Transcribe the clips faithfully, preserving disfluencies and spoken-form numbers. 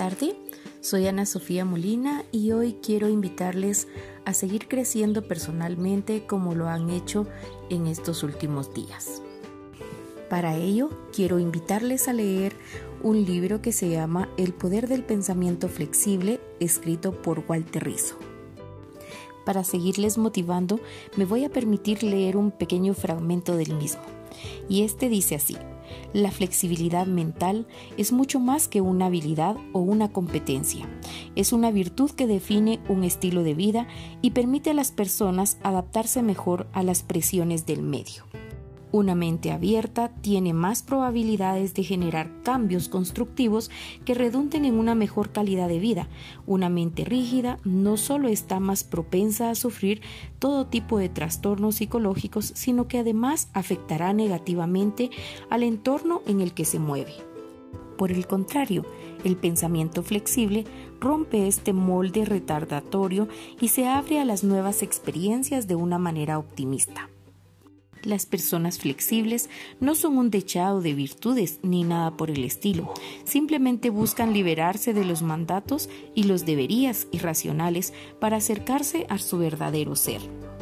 tarde, soy Ana Sofía Molina y hoy quiero invitarles a seguir creciendo personalmente como lo han hecho en estos últimos días. Para ello, quiero invitarles a leer un libro que se llama El poder del pensamiento flexible, escrito por Walter Rizzo. Para seguirles motivando, me voy a permitir leer un pequeño fragmento del mismo. Y este dice así: la flexibilidad mental es mucho más que una habilidad o una competencia. Es una virtud que define un estilo de vida y permite a las personas adaptarse mejor a las presiones del medio. Una mente abierta tiene más probabilidades de generar cambios constructivos que redunden en una mejor calidad de vida. Una mente rígida no solo está más propensa a sufrir todo tipo de trastornos psicológicos, sino que además afectará negativamente al entorno en el que se mueve. Por el contrario, el pensamiento flexible rompe este molde retardatorio y se abre a las nuevas experiencias de una manera optimista. Las personas flexibles no son un dechado de virtudes ni nada por el estilo. Simplemente buscan liberarse de los mandatos y los deberías irracionales para acercarse a su verdadero ser.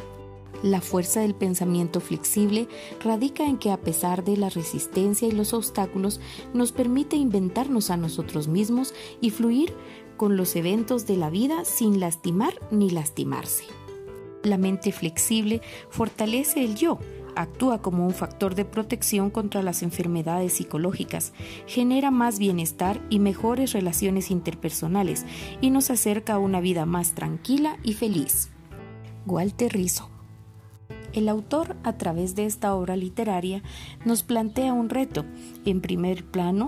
La fuerza del pensamiento flexible radica en que, a pesar de la resistencia y los obstáculos, nos permite inventarnos a nosotros mismos y fluir con los eventos de la vida sin lastimar ni lastimarse. La mente flexible fortalece el yo. Actúa como un factor de protección contra las enfermedades psicológicas, genera más bienestar y mejores relaciones interpersonales y nos acerca a una vida más tranquila y feliz. Walter Rizzo. El autor, a través de esta obra literaria, nos plantea un reto. En primer plano,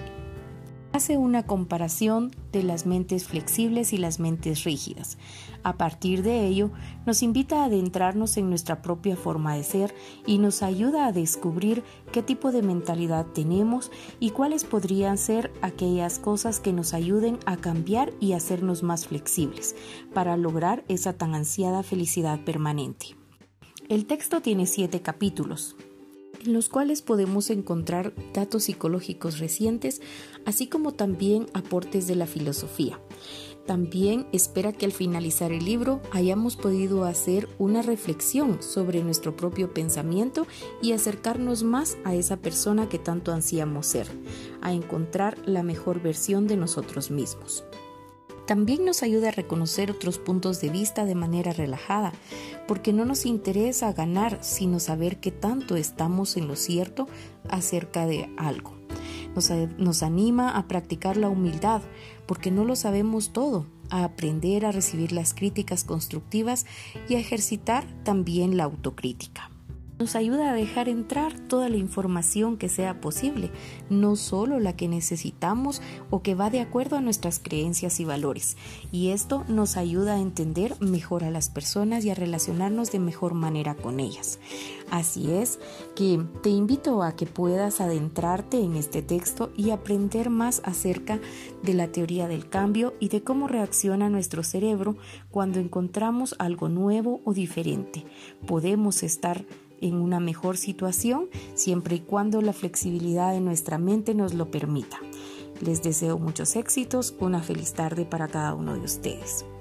hace una comparación de las mentes flexibles y las mentes rígidas. A partir de ello, nos invita a adentrarnos en nuestra propia forma de ser y nos ayuda a descubrir qué tipo de mentalidad tenemos y cuáles podrían ser aquellas cosas que nos ayuden a cambiar y hacernos más flexibles para lograr esa tan ansiada felicidad permanente. El texto tiene siete capítulos, en los cuales podemos encontrar datos psicológicos recientes, así como también aportes de la filosofía. También espera que al finalizar el libro hayamos podido hacer una reflexión sobre nuestro propio pensamiento y acercarnos más a esa persona que tanto ansiamos ser, a encontrar la mejor versión de nosotros mismos. También nos ayuda a reconocer otros puntos de vista de manera relajada, porque no nos interesa ganar, sino saber qué tanto estamos en lo cierto acerca de algo. Nos, nos anima a practicar la humildad, porque no lo sabemos todo, a aprender a recibir las críticas constructivas y a ejercitar también la autocrítica. Nos ayuda a dejar entrar toda la información que sea posible, no solo la que necesitamos o que va de acuerdo a nuestras creencias y valores. Y esto nos ayuda a entender mejor a las personas y a relacionarnos de mejor manera con ellas. Así es que te invito a que puedas adentrarte en este texto y aprender más acerca de la teoría del cambio y de cómo reacciona nuestro cerebro cuando encontramos algo nuevo o diferente. Podemos estar en una mejor situación siempre y cuando la flexibilidad de nuestra mente nos lo permita. Les deseo muchos éxitos, una feliz tarde para cada uno de ustedes.